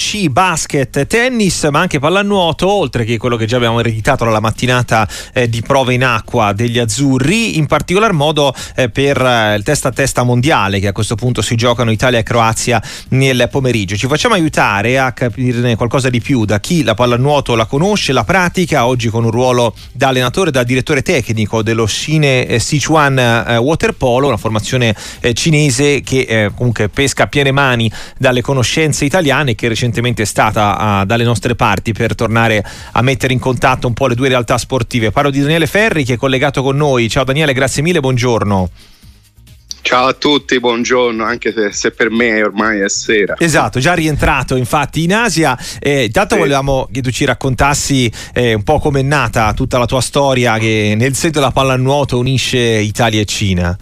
sci, basket, tennis, ma anche pallanuoto, oltre che quello che già abbiamo ereditato dalla mattinata di prove in acqua degli azzurri, in particolar modo per il testa a testa mondiale che a questo punto si giocano Italia e Croazia nel pomeriggio. Ci facciamo aiutare a capirne qualcosa di più da chi la pallanuoto la conosce, la pratica, oggi con un ruolo da allenatore, da direttore tecnico dello Shine Sichuan Waterpolo, una formazione cinese che comunque pesca a piene mani dalle conoscenze italiane, che recentemente è stata dalle nostre parti per tornare a mettere in contatto un po' le due realtà sportive. Parlo di Daniele Ferri che è collegato con noi. Ciao Daniele, grazie mille, buongiorno. Ciao a tutti, buongiorno, anche se per me ormai è sera. Esatto, già rientrato infatti in Asia. Intanto sì, volevamo che tu ci raccontassi un po' com'è nata tutta la tua storia che nel senso della pallanuoto unisce Italia e Cina.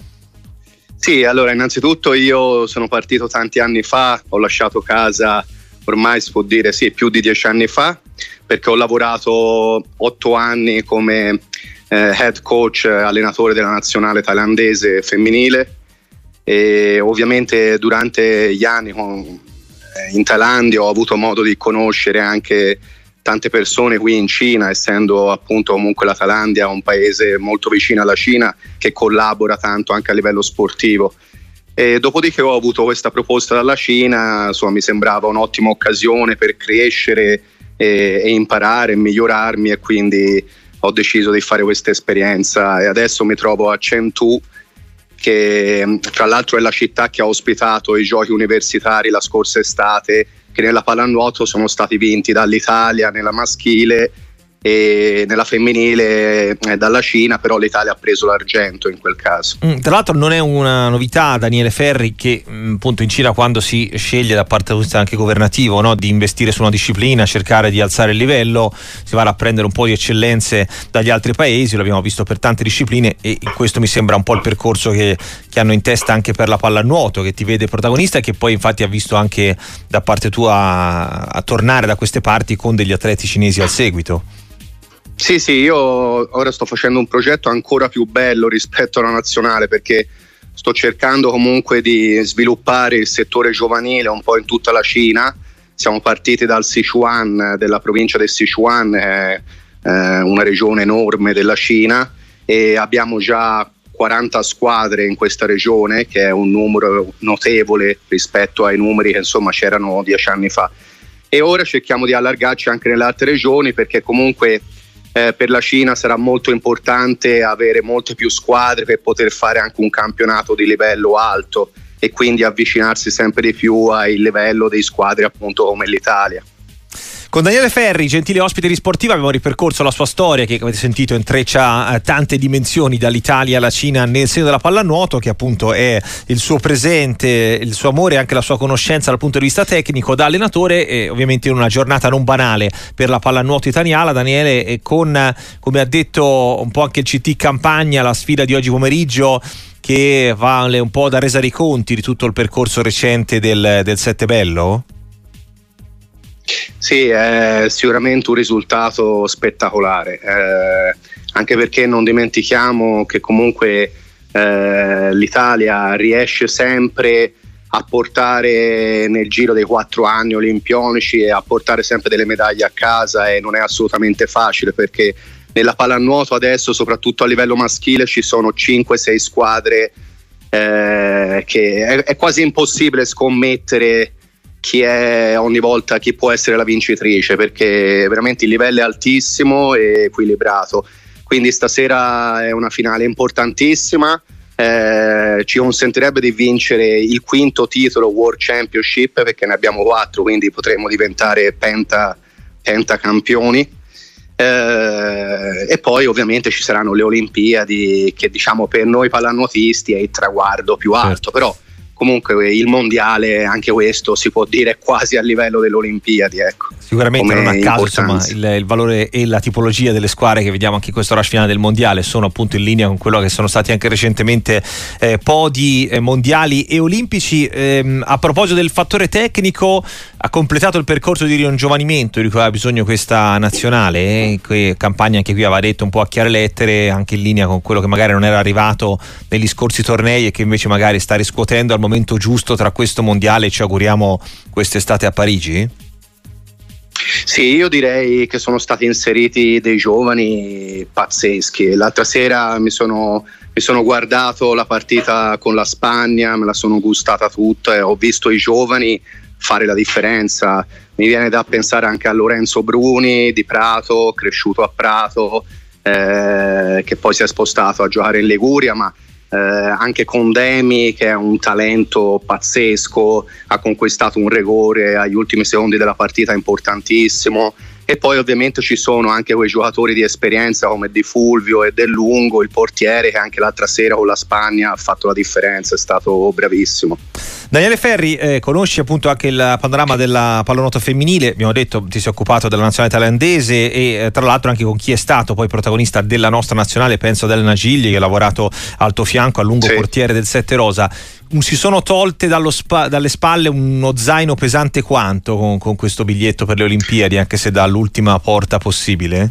Sì, allora innanzitutto io sono partito tanti anni fa, ho lasciato casa ormai si può dire più di 10 anni fa, perché ho lavorato 8 anni come head coach, allenatore della nazionale thailandese femminile, e ovviamente durante gli anni in Thailandia ho avuto modo di conoscere anche tante persone qui in Cina, essendo appunto comunque la Thailandia un paese molto vicino alla Cina che collabora tanto anche a livello sportivo. E dopodiché ho avuto questa proposta dalla Cina, insomma mi sembrava un'ottima occasione per crescere e imparare e migliorarmi, e quindi ho deciso di fare questa esperienza e adesso mi trovo a Chengdu, che tra l'altro è la città che ha ospitato i giochi universitari la scorsa estate, che nella pallanuoto sono stati vinti dall'Italia nella maschile e nella femminile dalla Cina, però l'Italia ha preso l'argento in quel caso. Tra l'altro non è una novità, Daniele Ferri, che appunto in Cina, quando si sceglie da parte anche governativo, no, di investire su una disciplina, cercare di alzare il livello, si va a prendere un po' di eccellenze dagli altri paesi. Lo abbiamo visto per tante discipline e questo mi sembra un po' il percorso che hanno in testa anche per la pallanuoto, che ti vede protagonista e che poi infatti ha visto anche da parte tua a tornare da queste parti con degli atleti cinesi al seguito. Sì, io ora sto facendo un progetto ancora più bello rispetto alla nazionale, perché sto cercando comunque di sviluppare il settore giovanile un po' in tutta la Cina. Siamo partiti dal Sichuan, della provincia del Sichuan, una regione enorme della Cina, e abbiamo già 40 squadre in questa regione, che è un numero notevole rispetto ai numeri che insomma c'erano 10 anni fa. E ora cerchiamo di allargarci anche nelle altre regioni, perché comunque per la Cina sarà molto importante avere molte più squadre per poter fare anche un campionato di livello alto e quindi avvicinarsi sempre di più al livello di squadre appunto come l'Italia. Con Daniele Ferri, gentile ospite di Sportiva, abbiamo ripercorso la sua storia che, come avete sentito, intreccia tante dimensioni dall'Italia alla Cina nel seno della pallanuoto, che appunto è il suo presente, il suo amore e anche la sua conoscenza dal punto di vista tecnico da allenatore, e ovviamente in una giornata non banale per la pallanuoto italiana. Daniele, e con, come ha detto un po' anche il CT Campagna, la sfida di oggi pomeriggio che vale un po' da resa dei conti di tutto il percorso recente del Sette Bello? Sì, è sicuramente un risultato spettacolare, anche perché non dimentichiamo che comunque l'Italia riesce sempre a portare nel giro dei 4 anni olimpionici e a portare sempre delle medaglie a casa, e non è assolutamente facile, perché nella pallanuoto adesso, soprattutto a livello maschile, ci sono 5-6 squadre che è quasi impossibile scommettere chi può essere la vincitrice, perché veramente il livello è altissimo e equilibrato. Quindi stasera è una finale importantissima, ci consentirebbe di vincere il 5º titolo World Championship, perché ne abbiamo 4, quindi potremo diventare pentacampioni. E poi ovviamente ci saranno le Olimpiadi, che diciamo per noi pallanuotisti è il traguardo più alto, certo. Però comunque il mondiale, anche questo si può dire quasi a livello delle Olimpiadi, ecco. Sicuramente non a caso, insomma, il valore e la tipologia delle squadre che vediamo anche in questo rush finale del mondiale sono appunto in linea con quello che sono stati anche recentemente podi mondiali e olimpici. A proposito del fattore tecnico, ha completato il percorso di ringiovanimento di cui aveva bisogno questa nazionale, campagna anche qui aveva detto un po' a chiare lettere, anche in linea con quello che magari non era arrivato negli scorsi tornei e che invece magari sta riscuotendo al momento giusto tra questo mondiale, ci auguriamo quest'estate a Parigi? Sì, io direi che sono stati inseriti dei giovani pazzeschi. L'altra sera mi sono guardato la partita con la Spagna, me la sono gustata tutta e ho visto i giovani fare la differenza. Mi viene da pensare anche a Lorenzo Bruni di Prato, cresciuto a Prato, che poi si è spostato a giocare in Liguria, ma anche Condemi, che è un talento pazzesco, ha conquistato un rigore agli ultimi secondi della partita importantissimo. E poi ovviamente ci sono anche quei giocatori di esperienza come Di Fulvio e Del Lungo, il portiere, che anche l'altra sera con la Spagna ha fatto la differenza, è stato bravissimo. Daniele Ferri, conosci appunto anche il panorama della pallanuoto femminile, abbiamo detto ti sei occupato della nazionale thailandese e tra l'altro anche con chi è stato poi protagonista della nostra nazionale, penso ad Elena Gigli, che ha lavorato al tuo fianco a lungo, sì, portiere del Sette Rosa. Si sono tolte dalle spalle uno zaino pesante quanto con questo biglietto per le Olimpiadi, anche se dall'ultima porta possibile?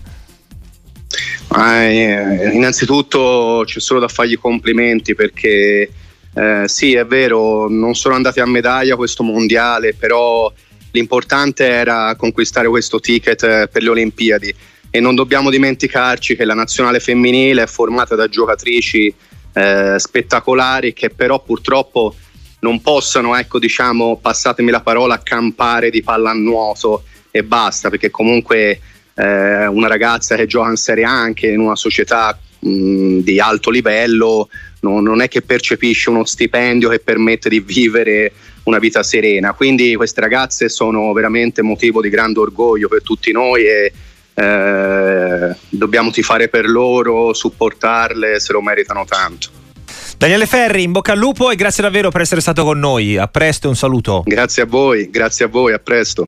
Innanzitutto c'è solo da fargli complimenti, perché sì, è vero, non sono andati a medaglia questo mondiale, però l'importante era conquistare questo ticket per le Olimpiadi, e non dobbiamo dimenticarci che la nazionale femminile è formata da giocatrici spettacolari, che però purtroppo non possono, passatemi la parola, campare di pallanuoto e basta, perché comunque una ragazza che gioca in Serie A anche in una società di alto livello non è che percepisce uno stipendio che permette di vivere una vita serena. Quindi queste ragazze sono veramente motivo di grande orgoglio per tutti noi e dobbiamo tifare per loro, supportarle, se lo meritano tanto. Daniele Ferri, in bocca al lupo e grazie davvero per essere stato con noi. A presto e un saluto. Grazie a voi, a presto.